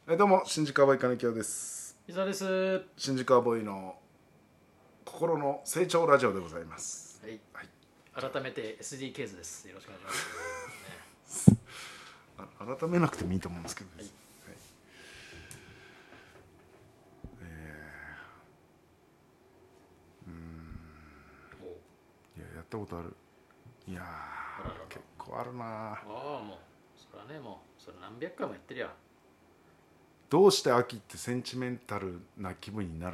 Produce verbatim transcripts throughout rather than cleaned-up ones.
えどうも新宿カウボーイ金城です。 伊沢です。 新宿カウボーイの心の成長ラジオでございます。 はい、 はい、 改めて エスディー ケーズです。よろしくお願いします、ね、改めなくてもいいと思うんですけど、はいはい、えー、うーんいややったことある。いやー結構あるな。ああもうそれはね、もうそれ何百回もやってるや。 どうして秋ってセンチメンタルな気分になる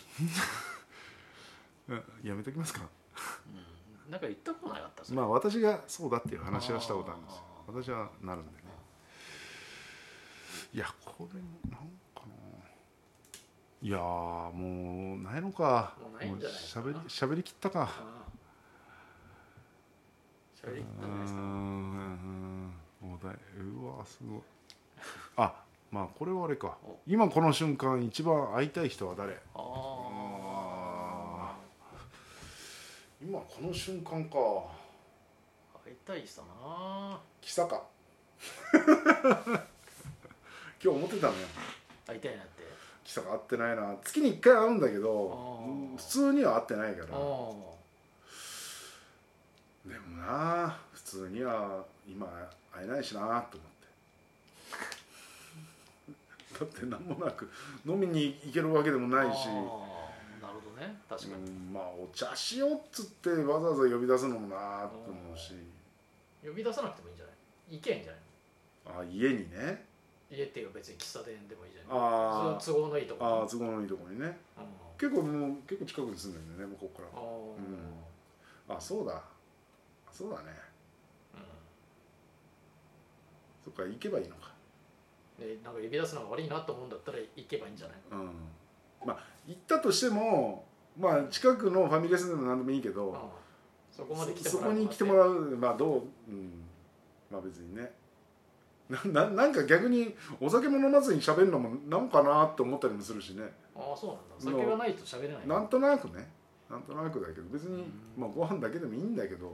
のやめときますか、 うん、なんか言ったことなかった。 まあ私がそうだっていう話はしたことあるんですよ。私はなるんでね。いやこれなんかないやもうないのか。 もうないんじゃないですか。 もうしゃべりしゃべりきったか。 しゃべりきったんじゃないですか。 うんお題うわすごい。あまあこれはあれか。今この瞬間一番会いたい人は誰？ああ今この瞬間か。 会いたい人な。 木坂今日思ってたのよ。 会いたいなって。 木坂会ってないな。月にいっかい会うんだけど普通には会ってないから。でもな普通には今会えないしなと思って。だって何もなく飲みに行けるわけでもないし。 なるほどね、確かに。 うんまあお茶しようっつってわざわざ呼び出すのもなと思うし。 呼び出さなくてもいいんじゃない？行けんじゃない？ あ家にね。 家っていうか別に喫茶店でもいいじゃない。 あ都合のいいところ。 ああ都合のいいところにね。結構もう結構近くに住んでるんだよね向こうから。うん、あそうだそうだね。うん、そっか行けばいいのか。 でなんか呼び出すのが悪いなと思うんだったら行けばいいんじゃない？ うんまあ行ったとしてもまあ近くのファミレスでも何でもいいけど、うん、 そこまで来てもらう。そこに来てもらうまあどううんまあ別にね。な, なんか逆にお酒も飲まずに喋るのもなんかなって思ったりもするしね。 ああそうなんだ。酒がないと喋れない。 なんとなくねなんとなくだけど別に、まあ、ご飯だけでもいいんだけど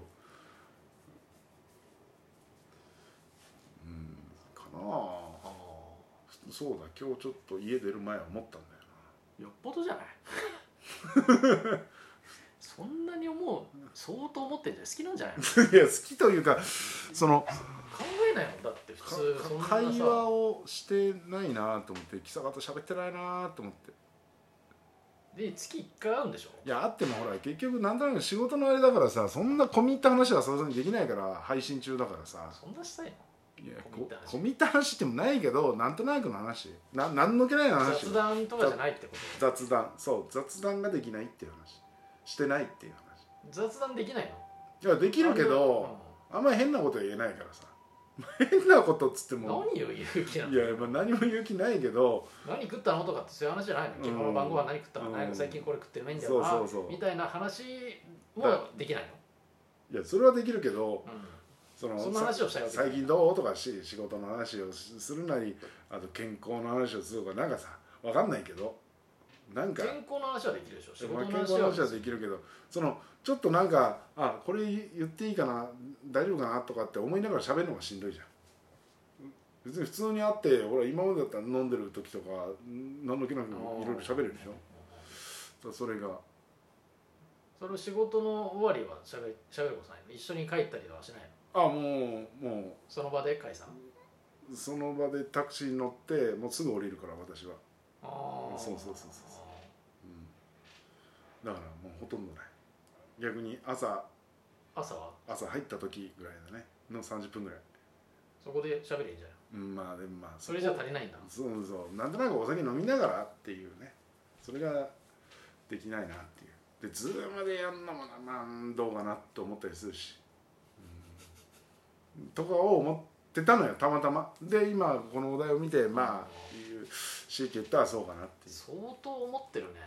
うんかなあ。そうだ今日ちょっと家出る前は思ったんだよな。 よっぽどじゃないそんなに思う相当思ってんじゃん。好きなんじゃないの？ いや好きというかその考えないもんだって普通そんなさ会話をしてないなと思って木坂と喋ってないなと思ってで月いっかい会うんでしょ。 いや会ってもほら結局なんとなく仕事のあれだからさそんな込み入った話はさすがにできないから配信中だからさそんなしたいの？ いや込み入った話ってもないけどなんとなくの話な何の気ない話雑談とかじゃないってこと？ 雑談そう雑談ができないっていう話してないっていう話。 雑談できないの？いやできるけどあんまり変なことは言えないからさ変なことっつっても何を言う気なの？ いや、まあ、何も言う気ないけど何食ったのとかってそういう話じゃないの？昨日の晩ご飯何食ったの？うん、最近これ食ってうまいんだよなそうそうそうみたいな話もできないの？いやそれはできるけど、うんそのそんな話をしたいわけ最近どうとかし仕事の話をするなりあと健康の話をするとかなんかさ分かんないけどなんか健康の話はできるでしょ。仕事の話は、まあ、健康の話はできるけどそのちょっとなんかあこれ言っていいかな大丈夫かなとかって思いながら喋るのがしんどいじゃん。別に普通に会って俺今までだったら飲んでる時とか何の気なくいろいろ喋れるでしょ。それがそれを仕事の終わりはしゃべしゃべることないの？一緒に帰ったりはしないの？ あもうもうその場で解散？ その場でタクシーに乗ってもうすぐ降りるから私は。 ああそうそうそうそう、うん、だからもうほとんどない。逆に朝朝は朝入った時ぐらいだねのさんじゅっぷんぐらいそこで喋れいいじゃん。 うんまあでもまあそれじゃ足りないんだ。 そうそうなんとなくお酒飲みながらっていうねそれができないなっていうでズームでやんのもなまあどうかなと思ったりするし、うん、とかを思ってたのよたまたまで今このお題を見てまあいう強いて言ったらそうかなっていう。 相当思ってるね。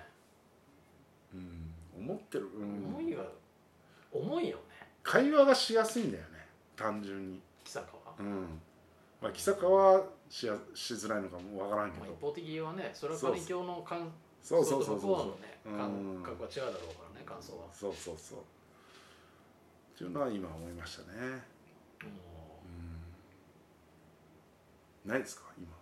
うん思ってる、うん、 思いが重いよね。 会話がしやすいんだよね単純に。 木坂はうんまあ木坂はしやしづらいのかもわからんけど、 まあ、一方的はねそれは環境の感そうそうそうそう向こうのね感覚は違うだろうからね感想は。 そうそうそうっていうのは今思いましたね。うんないですか今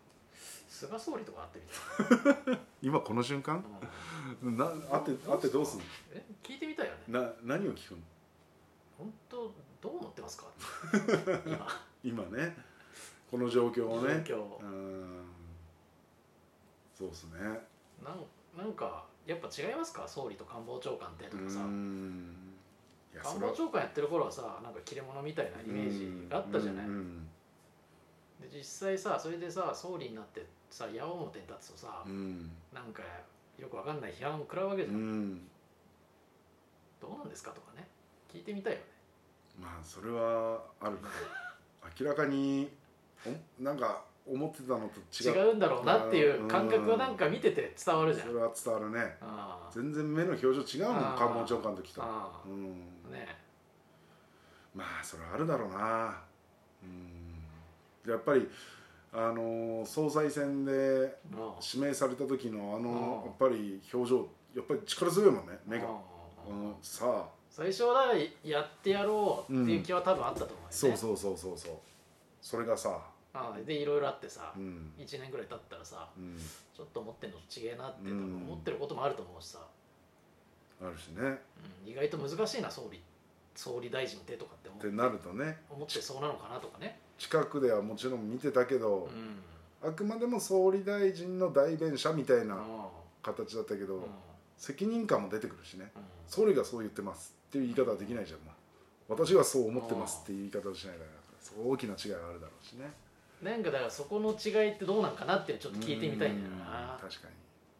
菅総理とか会ってみたい今この瞬間、うん、な会って会ってどうすんの？ え聞いてみたいよね。 な何を聞くの？ 本当どう思ってますか今今ねこの状況をね。 状況うんそうですね。 なんなんかやっぱ違いますか、総理と官房長官ってとかさ。 うんいや官房長官やってる頃はさ、なんか切れ者みたいなイメージがあったじゃない。で実際さ、それでさ総理になってさ矢面に立つとさ、うん、なんかよくわかんない批判を食らうわけじゃん、うん、どうなんですかとかね聞いてみたいよね。 まあそれはあるね明らかにおなんか思ってたのと違う違うんだろうなっていう感覚はなんか見てて伝わるじゃん。 それは伝わるね。全然目の表情違うもん、官房長官の時と。うんね、まあそれはあるだろうな。うんやっぱりあの総裁選で指名された時のあのやっぱり表情やっぱり力強いもんね、目が。うんさあ最初はやってやろうっていう気は多分あったと思うよね、うん、 そうそうそうそうそうそれがさあでいろいろあってさ、うん、いちねんぐらい経ったらさ、うん、ちょっと思ってんのと違えなって多分思ってることもあると思うしさ、 あるしね、 うん、意外と難しいな総理総理大臣ってとかって思ってってなるとね思ってそうなのかなとかね。 近くではもちろん見てたけど、うん、あくまでも総理大臣の代弁者みたいな形だったけど、うん、責任感も出てくるしね、うん、総理がそう言ってますっていう言い方はできないじゃん、まあ、私はそう思ってますっていう言い方をしないから大きな違いがあるだろうしね。 なんかだからそこの違いってどうなんかなってちょっと聞いてみたいんだよな。 確か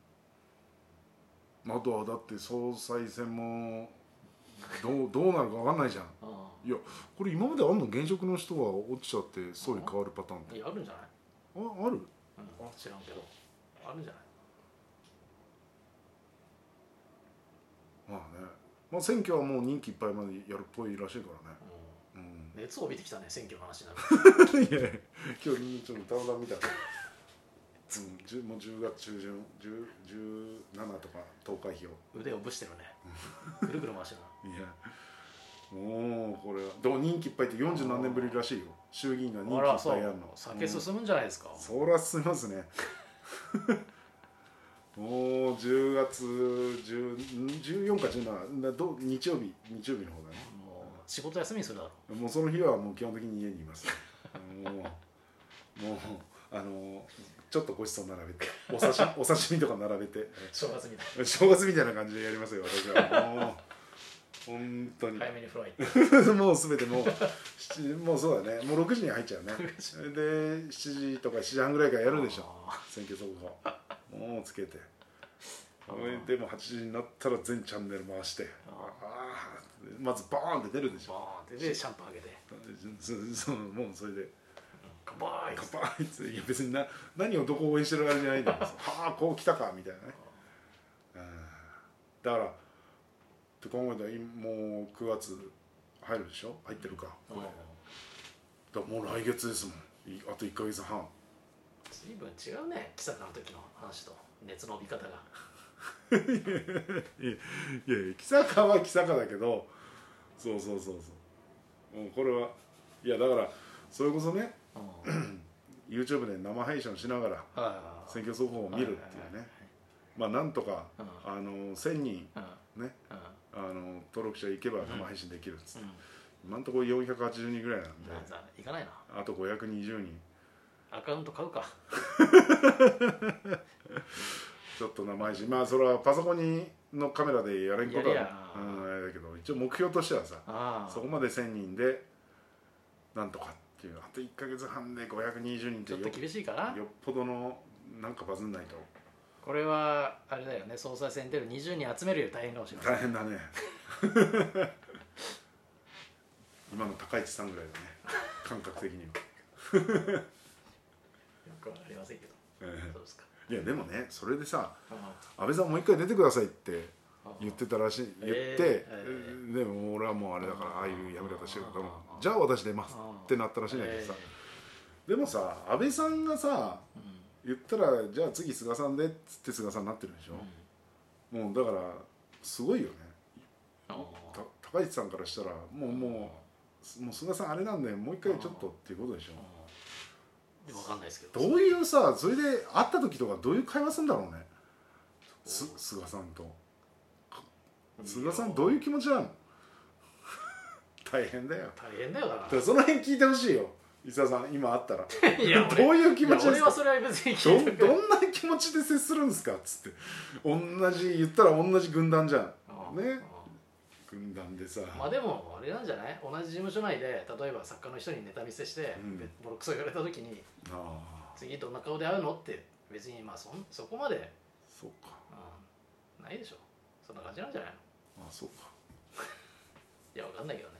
に。あとはだって総裁選もどうどうなるか分かんないじゃん。いやこれ今まであんの現職の人が落ちちゃって総理変わるパターンって。 いやあるんじゃない？ あある？うん、 知らんけどあるんじゃない？ まあね、まあ、選挙はもう任期いっぱいまでやるっぽいらしいからね。 熱を帯びてきたね、選挙の話になる。 いや今日ちょっとたまたま見た、うん、もうじゅうがつ中旬じゅうななとか投開票腕をぶしてるねぐるぐる回してるいやもうこれはどう任期いっぱいってよんじゅう何年ぶりらしいよ、衆議院が任期いっぱいやるの。 酒進むんじゃないですか。 うん、そりゃ進みますねもうじゅうがつじゅうよっかじゅうしちだど日曜日日曜日の方だね。 仕事休みにするだろう。 もうその日はもう基本的に家にいます。もうもうあのちょっとごちそう並べてお刺身お刺身とか並べて正月みたいな正月みたいな感じでやりますよ私は。もう本当に早めに風呂入ってもうすべてもうもうそうだね、もうろくじに入っちゃうねでしちじとかしちじはんぐらいからやるでしょ選挙速報もうつけてでもはちじになったら全チャンネル回してあまずバーンって出るでしょ。 バーンってでシャンプーあげてそそもうそれで乾杯乾杯っていや別にな何をどこ応援してるわけじゃないんだけどはあこう来たかみたいなね。だからって考えたらもうくがつ入るでしょ、入ってるかこれだもう来月ですもん、あといっかげつはん。 随分違うね、木坂の時の話と熱の帯び方がいやいや木坂は木坂だけどそうそうそうそうもうこれはいやだからそれこそね、うん、YouTube で生配信しながら選挙速報を見るっていうね、まあなんとか、うん、あのせんにん、うん、ね、うん、あの登録者いけば生配信できるっつって、うん、今のところよんひゃくはちじゅうにんぐらいなんでいかないな、 あとごひゃくにじゅうにんアカウント買うかちょっと生配信まあそれはパソコンにのカメラでやれんことはうんあれだけど一応目標としてはさそこまでせんにんでなんとかっていうあといっかげつはんでごひゃくにじゅうにんってちょっと厳しいかな。 よっぽどのなんかバズんないとこれはあれだよね、総裁選出るにじゅうにん集めるより大変かもしれない。 大変だね今の高市さんぐらいだね感覚的にはよくわかりませんけど、えー、そうですか。 いやでもねそれでさ安倍さんもう一回出てくださいって言ってたらしい言って、えーえー、でも俺はもうあれだからああいうやめ方してるからじゃあ私出ますってなったらしいんだけどさ、えー、でもさ安倍さんがさ、うん、言ったらじゃあ次菅さんでっつって菅さんになってるでしょ、うん、もうだからすごいよね。高市さんからしたらもうもうもう菅さんあれなんでもう一回ちょっとっていうことでしょ。 分かんないですけど、 どういうさ、それで会った時とかどういう会話するんだろうね、す菅さんと。菅さんどういう気持ちなの大変だよ、 大変だよだから。 だからその辺聞いてほしいよ、伊沢さん今会ったらいやどういう気持ちですか。 俺はそれは別に聞いてどどんな気持ちで接するんですかっつって、同じ言ったら同じ軍団じゃんね、軍団でさ。 まあでもあれなんじゃない、同じ事務所内で例えば作家の人にネタ見せして、うん、ボロクソ言われた時にあ次どんな顔で会うのって別にまあ そ, そこまでそうか、 うん、ないでしょ、そんな感じなんじゃないの。 ああそうかいやわかんないけどね。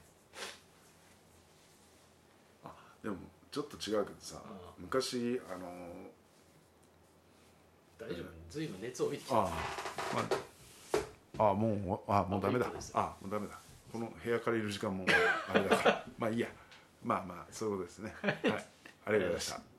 あでもちょっと違うけどさ、うん、昔あのー、大丈夫、ずいぶん熱を帯びてきた。 ああ、まあ、あもうあもうダメだ、あもうダメだ、この部屋借りる時間もあれだからまあいいや、まあまあそういうことですねはい、ありがとうございました。